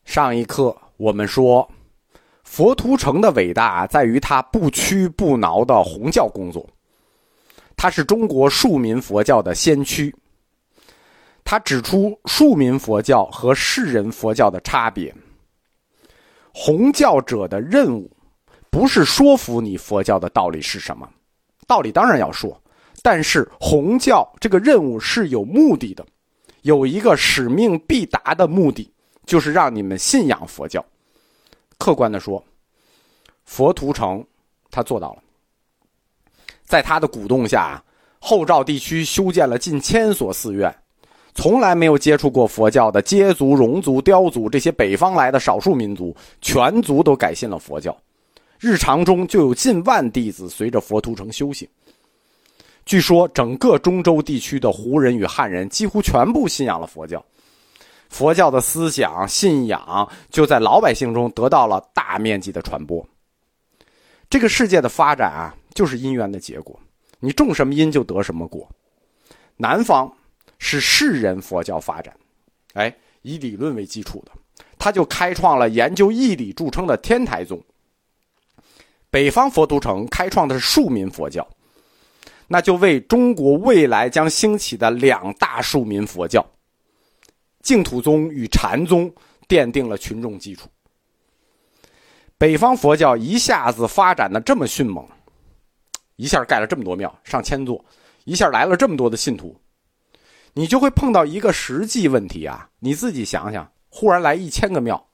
上一课我们说，佛图澄的伟大在于他不屈不挠的弘教工作。他是中国庶民佛教的先驱。他指出庶民佛教和士人佛教的差别。弘教者的任务不是说服你佛教的道理是什么，道理当然要说，但是弘教这个任务是有目的的，有一个使命必达的目的，就是让你们信仰佛教。客观地说，佛图澄他做到了。在他的鼓动下，后赵地区修建了近1000所寺院，从来没有接触过佛教的羯族、戎族、雕族这些北方来的少数民族，全族都改信了佛教。日常中就有近万弟子随着佛图澄修行。据说整个中州地区的胡人与汉人几乎全部信仰了佛教。佛教的思想信仰就在老百姓中得到了大面积的传播。这个世界的发展啊，就是因缘的结果，你种什么因就得什么果。南方是士人佛教发展，以理论为基础的，他就开创了研究义理著称的天台宗。北方佛图澄开创的是庶民佛教，那就为中国未来将兴起的2大庶民佛教净土宗与禅宗奠定了群众基础。北方佛教一下子发展的这么迅猛，一下盖了这么多庙，上千座，一下来了这么多的信徒，你就会碰到一个实际问题啊！你自己想想，忽然来1000个庙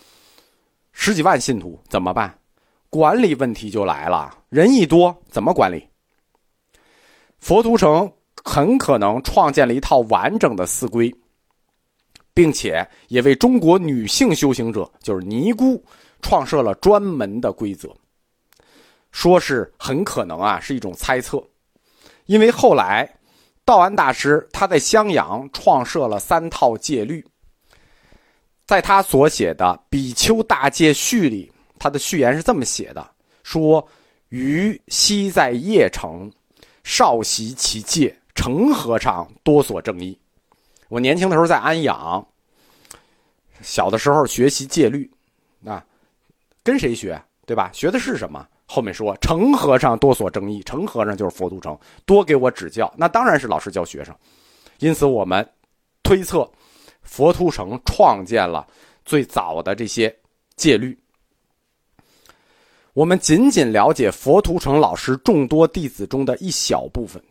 ，10几万信徒怎么办？管理问题就来了，人一多怎么管理？佛图澄很可能创建了一套完整的寺规，并且也为中国女性修行者，就是尼姑，创设了专门的规则。说是很可能啊，是一种猜测，因为后来道安大师他在襄阳创设了3套戒律。在他所写的《比丘大戒序》里，他的序言是这么写的，说余昔在邺城少习其戒，程和尚多所正义。我年轻的时候在安阳，小的时候学习戒律，跟谁学，对吧？学的是什么？后面说程和尚多所正义，程和尚就是佛图澄，多给我指教，那当然是老师教学生。因此我们推测佛图澄创建了最早的这些戒律。我们仅仅了解佛图澄老师众多弟子中的一小部分，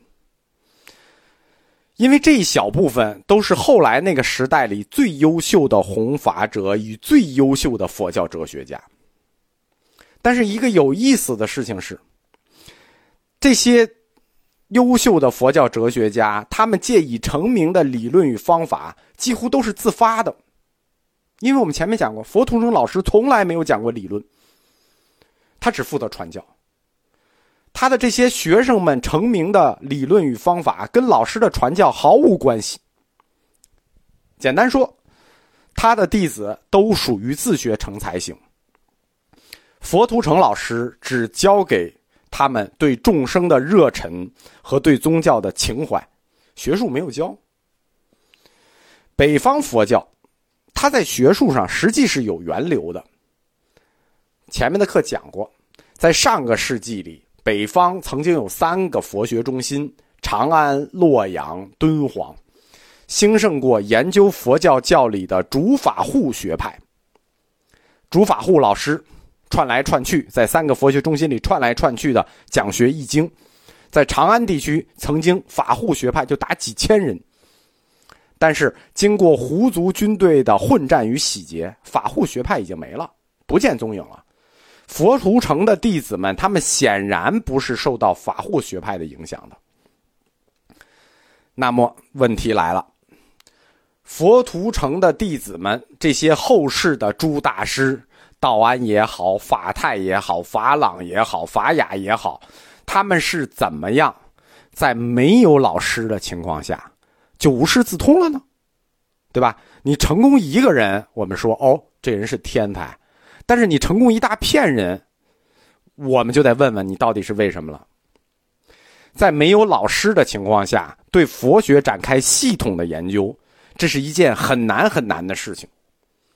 因为这一小部分都是后来那个时代里最优秀的弘法者与最优秀的佛教哲学家。但是一个有意思的事情是，这些优秀的佛教哲学家，他们借以成名的理论与方法几乎都是自发的。因为我们前面讲过，佛图澄老师从来没有讲过理论，他只负责传教。他的这些学生们成名的理论与方法跟老师的传教毫无关系。简单说，他的弟子都属于自学成才型。佛图澄老师只教给他们对众生的热忱和对宗教的情怀，学术没有教。北方佛教它在学术上实际是有源流的。前面的课讲过，在上个世纪里，北方曾经有3个佛学中心，长安、洛阳、敦煌，兴盛过研究佛教教理的竺法护学派。竺法护老师串来串去，在3个佛学中心里串来串去的讲学易经。在长安地区曾经法护学派就达几千人，但是经过胡族军队的混战与洗劫，法护学派已经没了，不见踪影了。佛图澄的弟子们，他们显然不是受到法护学派的影响的。那么问题来了，佛图澄的弟子们，这些后世的诸大师，道安也好，法泰也好，法朗也好，法雅也好，他们是怎么样在没有老师的情况下就无师自通了呢？对吧？你成功一个人，我们说这人是天才，但是你成功一大片人，我们就得问问你到底是为什么了。在没有老师的情况下，对佛学展开系统的研究，这是一件很难很难的事情。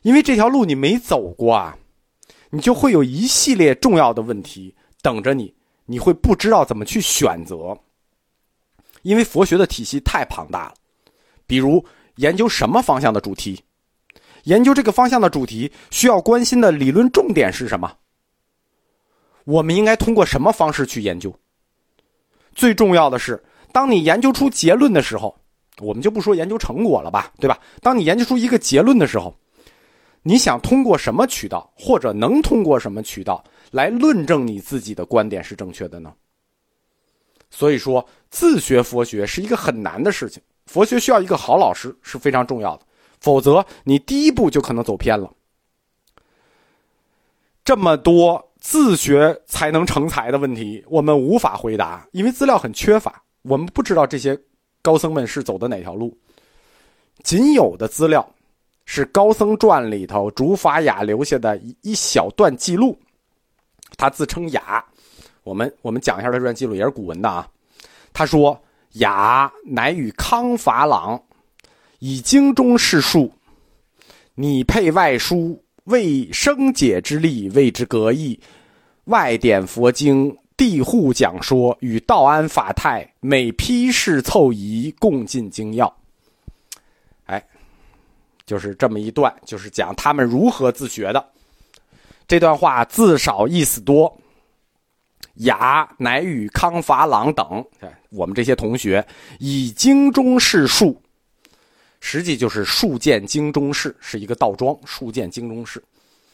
因为这条路你没走过啊，你就会有一系列重要的问题等着你，你会不知道怎么去选择。因为佛学的体系太庞大了，比如研究什么方向的主题，研究这个方向的主题需要关心的理论重点是什么，我们应该通过什么方式去研究。最重要的是，当你研究出结论的时候，我们就不说研究成果了吧，对吧？当你研究出一个结论的时候，你想通过什么渠道，或者能通过什么渠道来论证你自己的观点是正确的呢？所以说，自学佛学是一个很难的事情，佛学需要一个好老师是非常重要的，否则你第一步就可能走偏了。这么多自学才能成才的问题，我们无法回答，因为资料很缺乏，我们不知道这些高僧们是走的哪条路。仅有的资料是高僧传里头竺法雅留下的一小段记录，他自称雅，我们讲一下他这段记录，也是古文的啊。他说：雅乃与康法朗以经中释数，拟配外书，为生解之力，谓之格义。外典佛经，谛护讲说，与道安法泰，每批示凑仪，共进精要。就是这么一段，就是讲他们如何自学的。这段话字少意思多。雅乃与康法朗等，我们这些同学以经中释数，实际就是数见经中释，是一个倒装，数见经中释。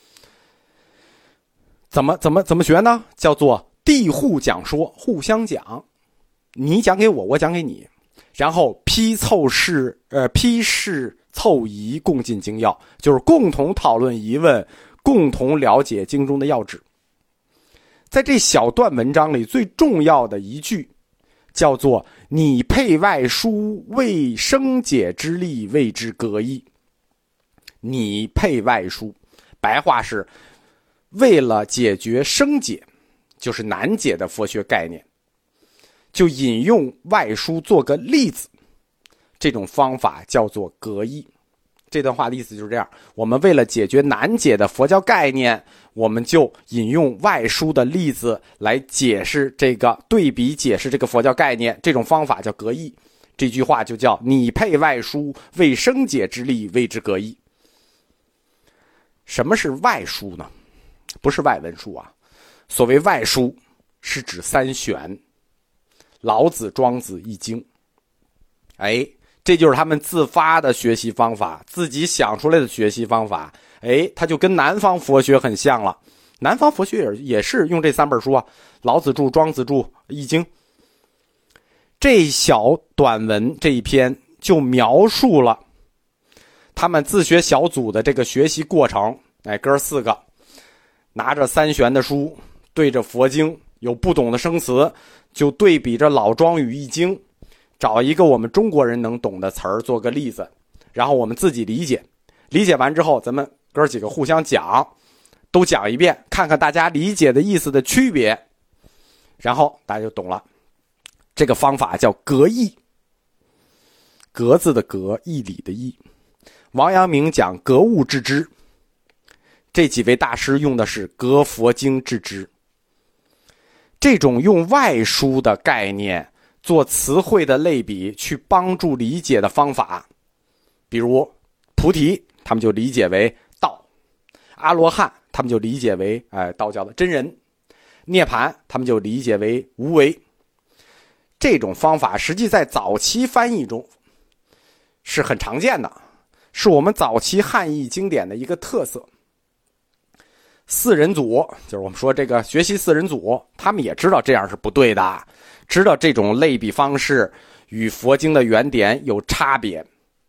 怎么学呢？叫做谛护讲说，互相讲，你讲给我，我讲给你，然后批示凑仪，共进精要，就是共同讨论疑问，共同了解经中的要旨。在这小段文章里，最重要的一句叫做拟配外书，为生解之力，谓之格义。拟配外书，白话是为了解决生解，就是难解的佛学概念，就引用外书做个例子，这种方法叫做格义。这段话的意思就是这样，我们为了解决难解的佛教概念，我们就引用外书的例子来解释这个，对比解释这个佛教概念，这种方法叫格义。这句话就叫拟配外书，为生解之力，谓之格义。什么是外书呢？不是外文书啊。所谓外书是指三玄，老子、庄子、易经。这就是他们自发的学习方法，自己想出来的学习方法。它就跟南方佛学很像了。南方佛学也是用这三本书啊，老子注、庄子注、易经。这小短文这一篇就描述了他们自学小组的这个学习过程。哥四个拿着三玄的书，对着佛经，有不懂的生词，就对比着老庄与易经，找一个我们中国人能懂的词儿做个例子，然后我们自己理解，理解完之后咱们哥几个互相讲，都讲一遍，看看大家理解的意思的区别，然后大家就懂了。这个方法叫格义，格字的格，义理的义。王阳明讲格物致知，这几位大师用的是格佛经致知。这种用外书的概念做词汇的类比，去帮助理解的方法，比如菩提他们就理解为道，阿罗汉他们就理解为道教的真人，涅槃他们就理解为无为。这种方法实际在早期翻译中是很常见的，是我们早期汉译经典的一个特色。四人组，就是我们说这个学习四人组，他们也知道这样是不对的，知道这种类比方式与佛经的原点有差别，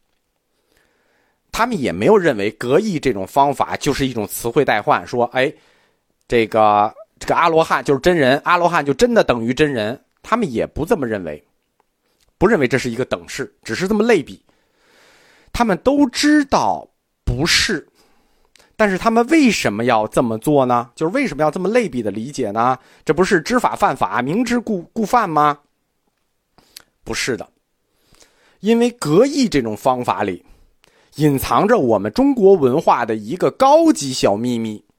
他们也没有认为格义这种方法就是一种词汇代换，说这个阿罗汉就是真人，阿罗汉就真的等于真人，他们也不这么认为，不认为这是一个等式，只是这么类比。他们都知道不是，但是他们为什么要这么做呢？就是为什么要这么类比的理解呢？这不是知法犯法，明知故犯吗？不是的，因为格义这种方法里隐藏着我们中国文化的一个高级小秘密。